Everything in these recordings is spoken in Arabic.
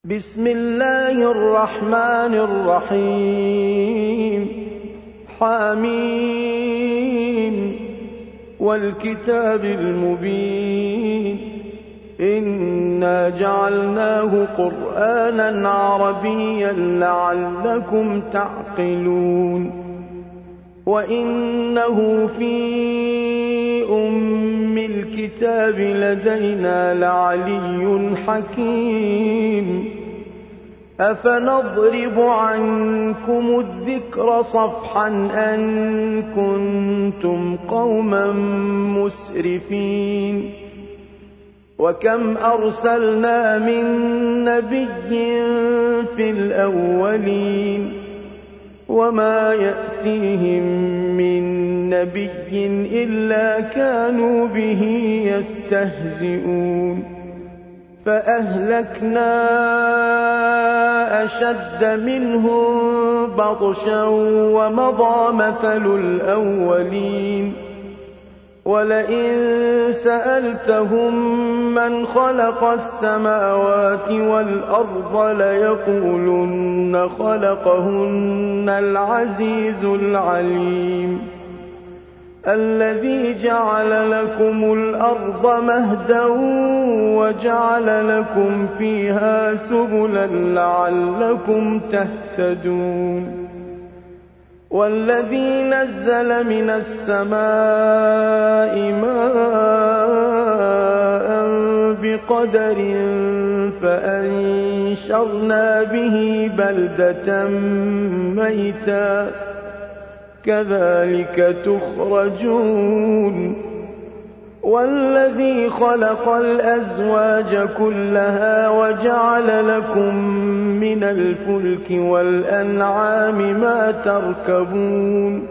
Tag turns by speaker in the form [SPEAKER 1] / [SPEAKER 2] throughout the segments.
[SPEAKER 1] بسم الله الرحمن الرحيم حميم والكتاب المبين إنا جعلناه قرآنا عربيا لعلكم تعقلون وإنه في أم الكتاب لدينا لعلي حكيم أفنضرب عنكم الذكر صفحا أن كنتم قوما مسرفين وكم أرسلنا من نبي في الأولين وما يأتيهم من نبي إلا كانوا به يستهزئون فأهلكنا أشد منهم بطشا ومضى مثل الأولين ولئن سألتهم من خلق السماوات والأرض ليقولن خلقهن العزيز العليم الذي جعل لكم الأرض مهدا وجعل لكم فيها سبلا لعلكم تهتدون والذي نزل من السماء ماء بقدر فأنشرنا به بلدة ميتا كذلك تخرجون والذي خلق الأزواج كلها وجعل لكم من الفلك والأنعام ما تركبون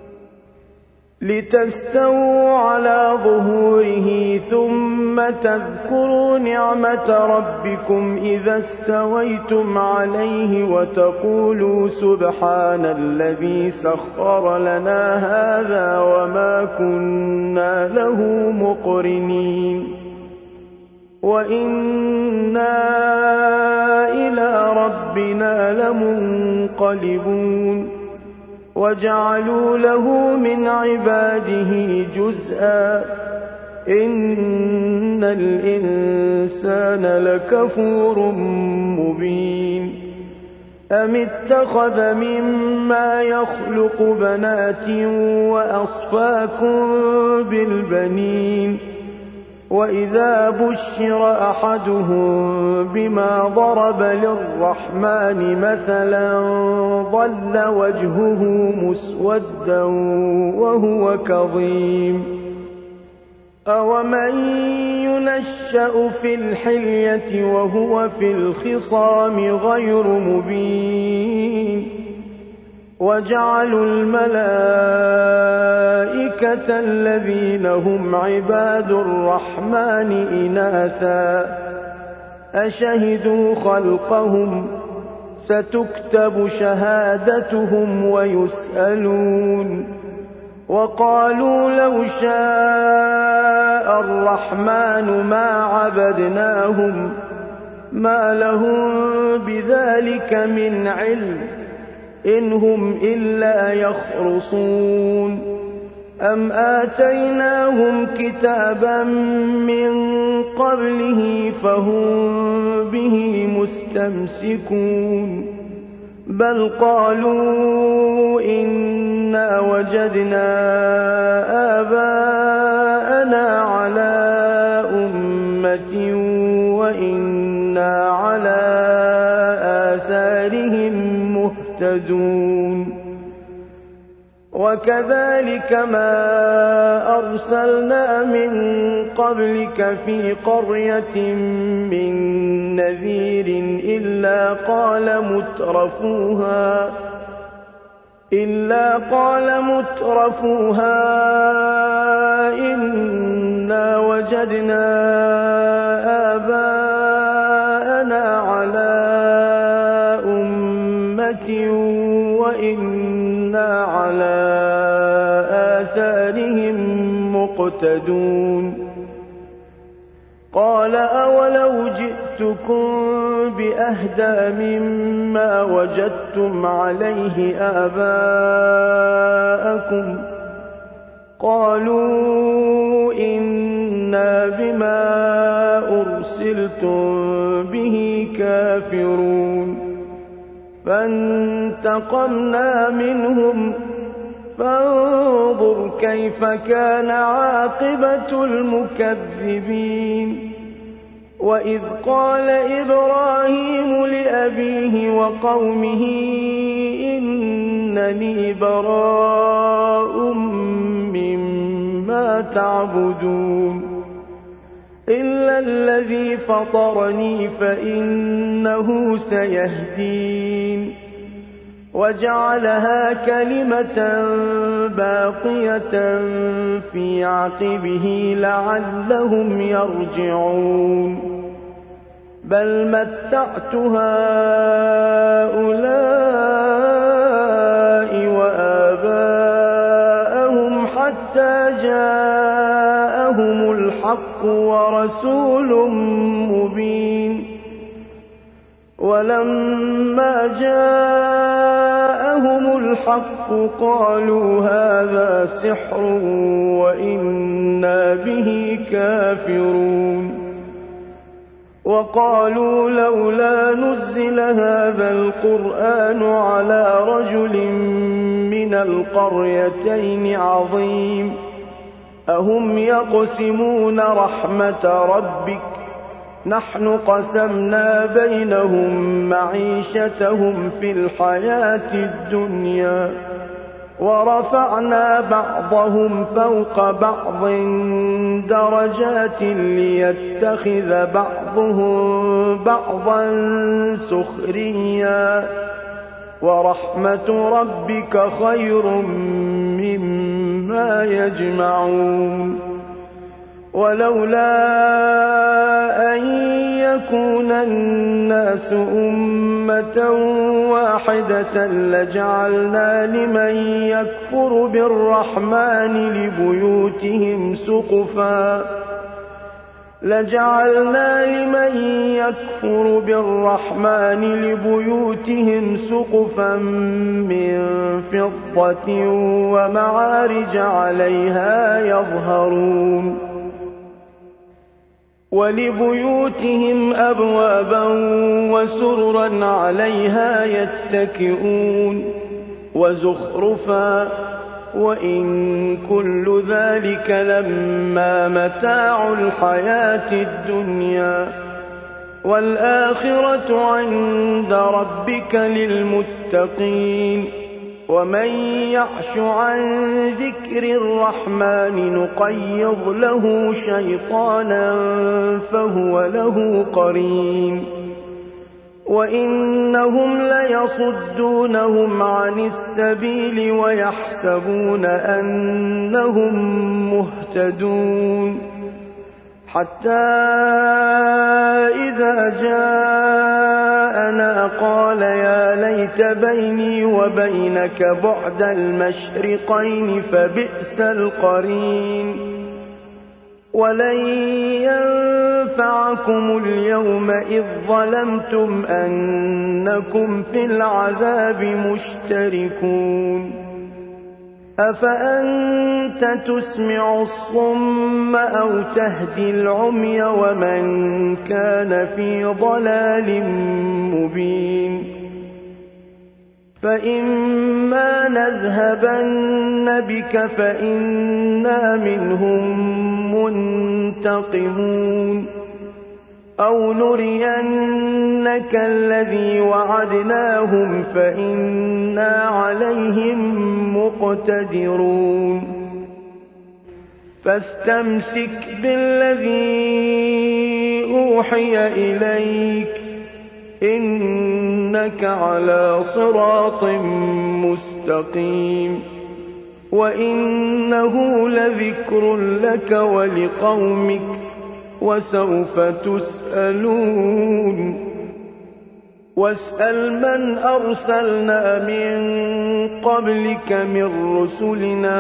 [SPEAKER 1] لتستووا على ظهوره ثم تذكروا نعمة ربكم إذا استويتم عليه وتقولوا سبحان الذي سخر لنا هذا وما كنا له مقرنين وإنا إلى ربنا لمنقلبون وجعلوا له من عباده جزءا إن الإنسان لكفور مبين أم اتخذ مما يخلق بنات وأصفاكم بالبنين وإذا بشر أحدهم بما ضرب للرحمن مثلا ظل وجهه مسودا وهو كظيم أومن ينشأ في الحلية وهو في الخصام غير مبين وجعلوا الملائكة الذين هم عباد الرحمن إناثا أشهدوا خلقهم ستكتب شهادتهم ويسألون وقالوا لو شاء الرحمن ما عبدناهم ما لهم بذلك من علم إن هم إلا يخرصون أم آتيناهم كتابا من قبله فهم به مستمسكون بل قالوا إنا وجدنا آباءنا على أمة وإنا على آثارهم مهتدون وكذلك ما أرسلنا من قبلك في قرية من نذير إلا قال مترفوها إنا وجدنا آباءنا على أمة وإنا على آثارهم مقتدون قال أولو جئتكم بِأَهْدَىٰ مِمَّا وَجَدتُّمْ عَلَيْهِ آبَاءَكُمْ ۖ قَالُوا إِنَّا بِمَا أُرْسِلْتُم بِهِ كَافِرُونَ فَانتَقَمْنَا مِنْهُمْ فَانظُرْ كَيْفَ كَانَ عَاقِبَةُ الْمُكَذِّبِينَ وَإِذْ قَالَ إِبْرَاهِيمُ لِأَبِيهِ وَقَوْمِهِ إِنَّنِي بَرَاءٌ مِّمَّا تَعْبُدُونَ إِلَّا الَّذِي فَطَرَنِي فَإِنَّهُ سَيَهْدِينِ وَجَعَلَهَا كَلِمَةً بَاقِيَةً فِي عَقِبِهِ لَعَلَّهُمْ يَرْجِعُونَ بَلْ مَتَّعْتُ هَٰؤُلَاءِ وَآبَاءَهُمْ حَتَّىٰ جَاءَهُمُ الْحَقُّ وَرَسُولٌ مُّبِينٌ وَلَمَّا جَاءَهُمُ الْحَقُّ قَالُوا هَٰذَا سِحْرٌ وَإِنَّا بِهِ كَافِرُونَ وَقَالُوا لَوْلَا نُزِّلَ هَٰذَا الْقُرْآنُ عَلَىٰ رَجُلٍ مِّنَ الْقَرْيَتَيْنِ عَظِيمٍ أَهُمْ يَقْسِمُونَ رَحْمَةَ رَبِّكَ نَحْنُ قَسَمْنَا بَيْنَهُم مَّعِيشَتَهُمْ فِي الْحَيَاةِ الدُّنْيَا وَرَفَعْنَا بَعْضَهُمْ فَوْقَ بَعْضٍ دَرَجَاتٍ لِّيَتَّخِذَ بَعْضُهُم بَعْضًا سُخْرِيًّا وَرَحْمَةُ رَبِّكَ خَيْرٌ مِّمَّا يَجْمَعُونَ وَلَوْلَا أَن يَكُونَ النَّاسُ أُمَّةً وَاحِدَةً لَّجَعَلْنَا لِمَن يَكْفُرُ بِالرَّحْمَٰنِ لِبُيُوتِهِمْ سُقُفًا مِّن فِضَّةٍ وَمَعَارِجَ عَلَيْهَا يَظْهَرُونَ وَلِبُيُوتِهِمْ أَبْوَابًا وَسُرُرًا عَلَيْهَا يَتَّكِئُونَ وَزُخْرُفًا ۚ وَإِن كُلُّ ذَٰلِكَ لَمَّا مَتَاعُ الْحَيَاةِ الدُّنْيَا ۚ وَالْآخِرَةُ عِندَ رَبِّكَ لِلْمُتَّقِينَ وَمَن يَعْشُ عَن ذِكْرِ الرَّحْمَٰنِ نُقَيِّضْ لَهُ شَيْطَانًا فَهُوَ لَهُ قَرِينٌ وَإِنَّهُمْ لَيَصُدُّونَهُمْ عَنِ السَّبِيلِ وَيَحْسَبُونَ أَنَّهُم مُّهْتَدُونَ حَتَّىٰ إِذَا جَاءَنَا قَالَ يَا لَيْتَ بَيْنِي وَبَيْنَكَ بُعْدَ الْمَشْرِقَيْنِ فَبِئْسَ الْقَرِينُ وَلَن يَنفَعَكُمُ الْيَوْمَ إِذ ظَّلَمْتُمْ أَنَّكُمْ فِي الْعَذَابِ مُشْتَرِكُونَ أَفَأَنتَ تُسْمِعُ الصُّمَّ أَوْ تَهْدِي الْعُمْيَ وَمَن كَانَ في ضَلَالٍ مُّبِينٍ فَإِمَّا نَذْهَبَنَّ بِكَ فَإِنَّا مِنْهُم مُّنتَقِمُونَ أَوْ نُرِيَنَّكَ الَّذِي وَعَدْنَاهُمْ فَإِنَّا عَلَيْهِم مُّقْتَدِرُونَ فَاسْتَمْسِكْ بِالَّذِي أُوحِيَ إِلَيْكَ ۖ إِنَّكَ عَلَىٰ صِرَاطٍ مُّسْتَقِيمٍ وَإِنَّهُ لَذِكْرٌ لَّكَ وَلِقَوْمِكَ وَسَوْفَ تُسْأَلُونَ واسأل من أرسلنا من قبلك من رسلنا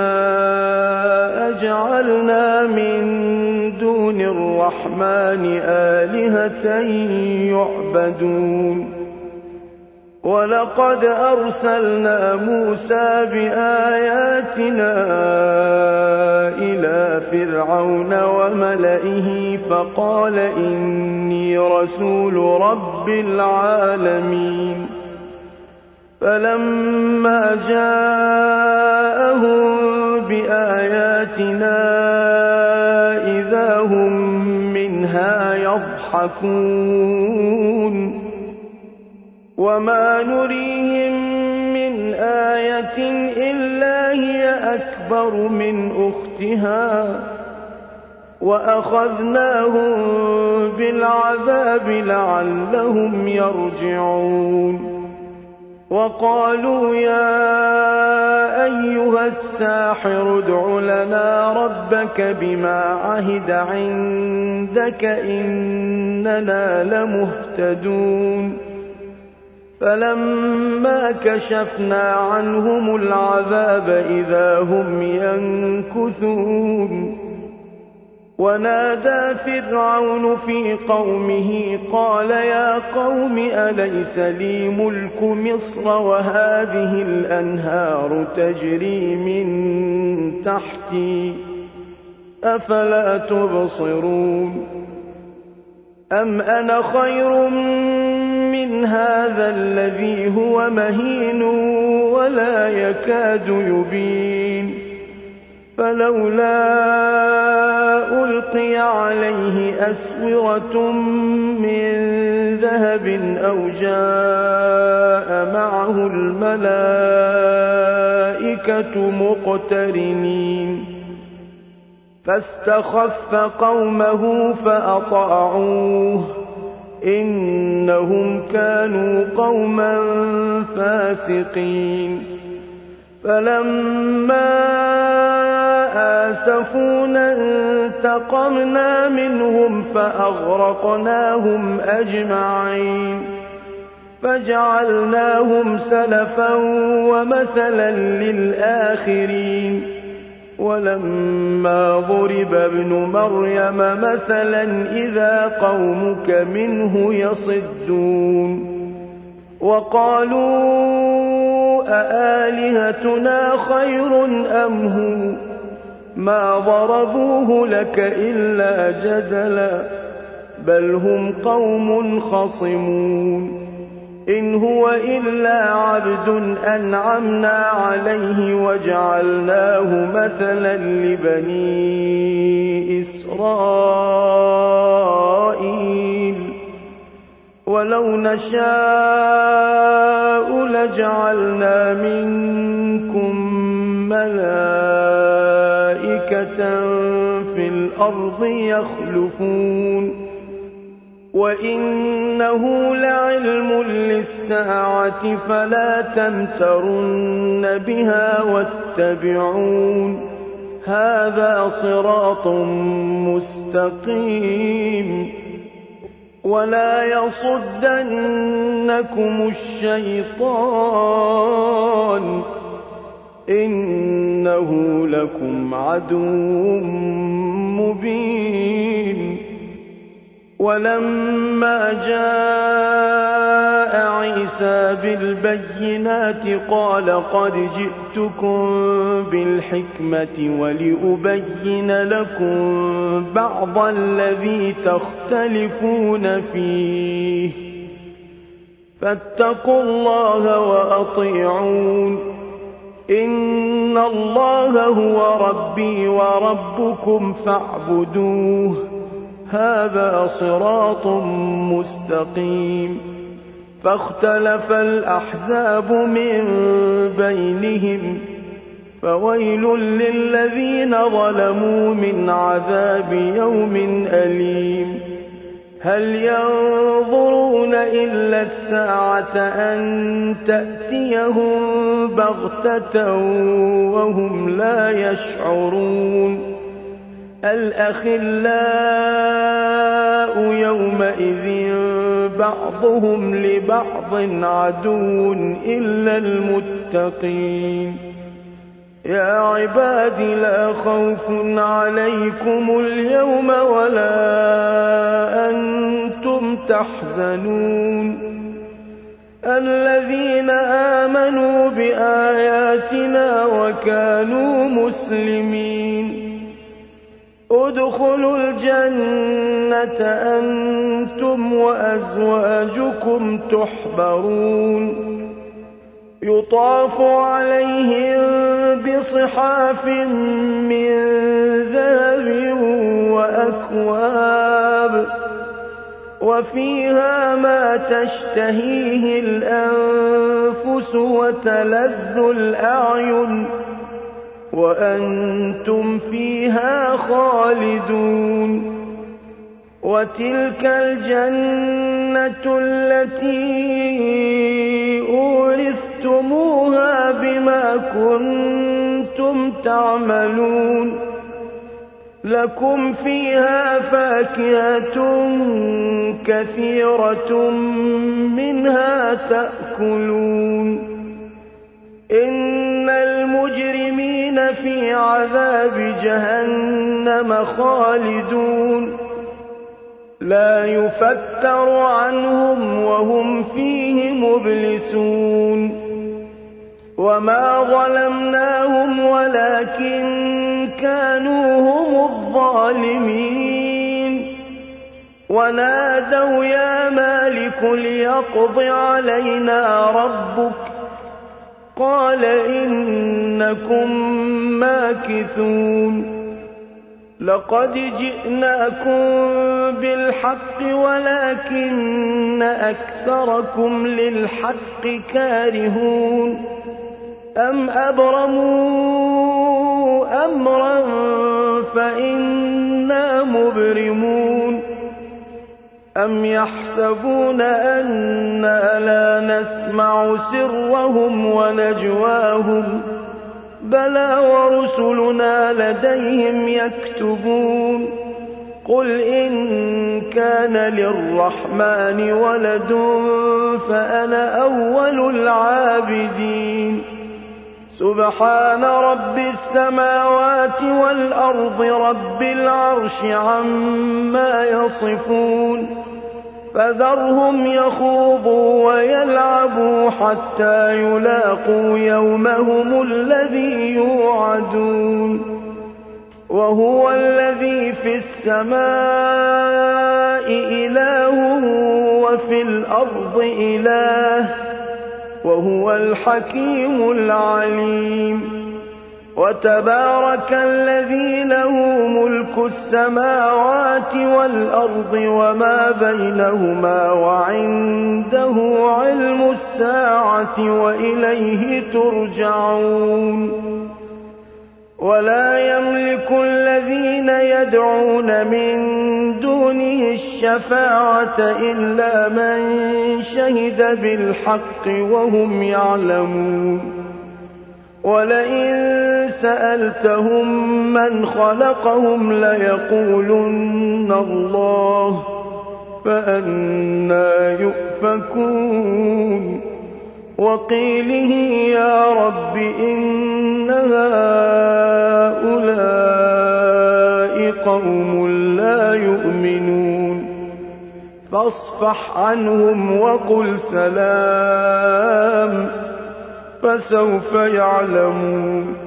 [SPEAKER 1] أجعلنا من دون الرحمن آلهة يعبدون ولقد أرسلنا موسى بآياتنا إلى فرعون وملئه فقال إني رسول رب العالمين فلما جاءهم بآياتنا إذا هم منها يضحكون وما نريهم من آية إلا هي أكبر من أختها وأخذناهم بالعذاب لعلهم يرجعون وقالوا يا أيها الساحر ادع لنا ربك بما عهد عندك إننا لمهتدون فلما كشفنا عنهم العذاب إذا هم ينكثون ونادى فرعون في قومه قال يا قوم أليس لي ملك مصر وهذه الأنهار تجري من تحتي أفلا تبصرون أم أنا خير من هذا الذي هو مهين ولا يكاد يبين فلولا ألقي عليه أسورة من ذهب أو جاء معه الملائكة مقترنين فاستخف قومه فأطاعوه إنهم كانوا قوما فاسقين فلما آسفونا انتقمنا منهم فأغرقناهم أجمعين فجعلناهم سلفا ومثلا للآخرين ولما ضرب ابن مريم مثلا إذا قومك منه يصدون وقالوا أآلهتنا خير أم هو ما ضربوه لك إلا جدلا بل هم قوم خصمون إن هو إلا عبد أنعمنا عليه وجعلناه مثلا لبني إسرائيل ولو نشاء لجعلنا منكم ملائكة في الأرض يخلفون وإنه لعلم للساعة فلا تمترن بها واتبعون هذا صراط مستقيم ولا يصدنكم الشيطان إنه لكم عدو مبين ولما جاء عيسى بالبينات قال قد جئتكم بالحكمة ولأبين لكم بعض الذي تختلفون فيه فاتقوا الله وأطيعون إن الله هو ربي وربكم فاعبدوه هذا صراط مستقيم فاختلف الأحزاب من بينهم فويل للذين ظلموا من عذاب يوم أليم هل ينظرون إلا الساعة أن تأتيهم بغتة وهم لا يشعرون الأخلاء يومئذ بعضهم لبعض عدو إلا المتقين يا عباد لا خوف عليكم اليوم ولا أنتم تحزنون الذين آمنوا بآياتنا وكانوا مسلمين ادخلوا الجنة أنتم وأزواجكم تحبرون يطاف عليهم بصحاف من ذهب وأكواب وفيها ما تشتهيه الأنفس وتلذ الأعين وأنتم فيها خالدون وتلك الجنة التي أورثتموها بما كنتم تعملون لكم فيها فاكهة كثيرة منها تأكلون إن المجرمين في عذاب جهنم خالدون لا يفتر عنهم وهم فيه مبلسون وما ظلمناهم ولكن كانوا هم الظالمين ونادوا يا مالك ليقض علينا ربك قال إنكم ماكثون لقد جئناكم بالحق ولكن أكثركم للحق كارهون أم أبرموا أمرا فإنا مبرمون أم يحسبون أنا لا نسمع سرهم ونجواهم بلى ورسلنا لديهم يكتبون قل إن كان للرحمن ولد فأنا أول العابدين سبحان رب السماوات والأرض رب العرش عما يصفون فذرهم يخوضوا ويلعبوا حتى يلاقوا يومهم الذي يوعدون وهو الذي في السماء إله وفي الأرض إله وهو الحكيم العليم وتبارك الذي له ملك السماوات والأرض وما بينهما وعنده علم الساعة وإليه ترجعون ولا يملك الذين يدعون من دونه الشفاعة إلا من شهد بالحق وهم يعلمون ولئن سألتهم من خلقهم ليقولن الله فأنى يؤفكون وقيله يا رب إن هؤلاء قوم لا يؤمنون فاصفح عنهم وقل سلام فسوف يعلمون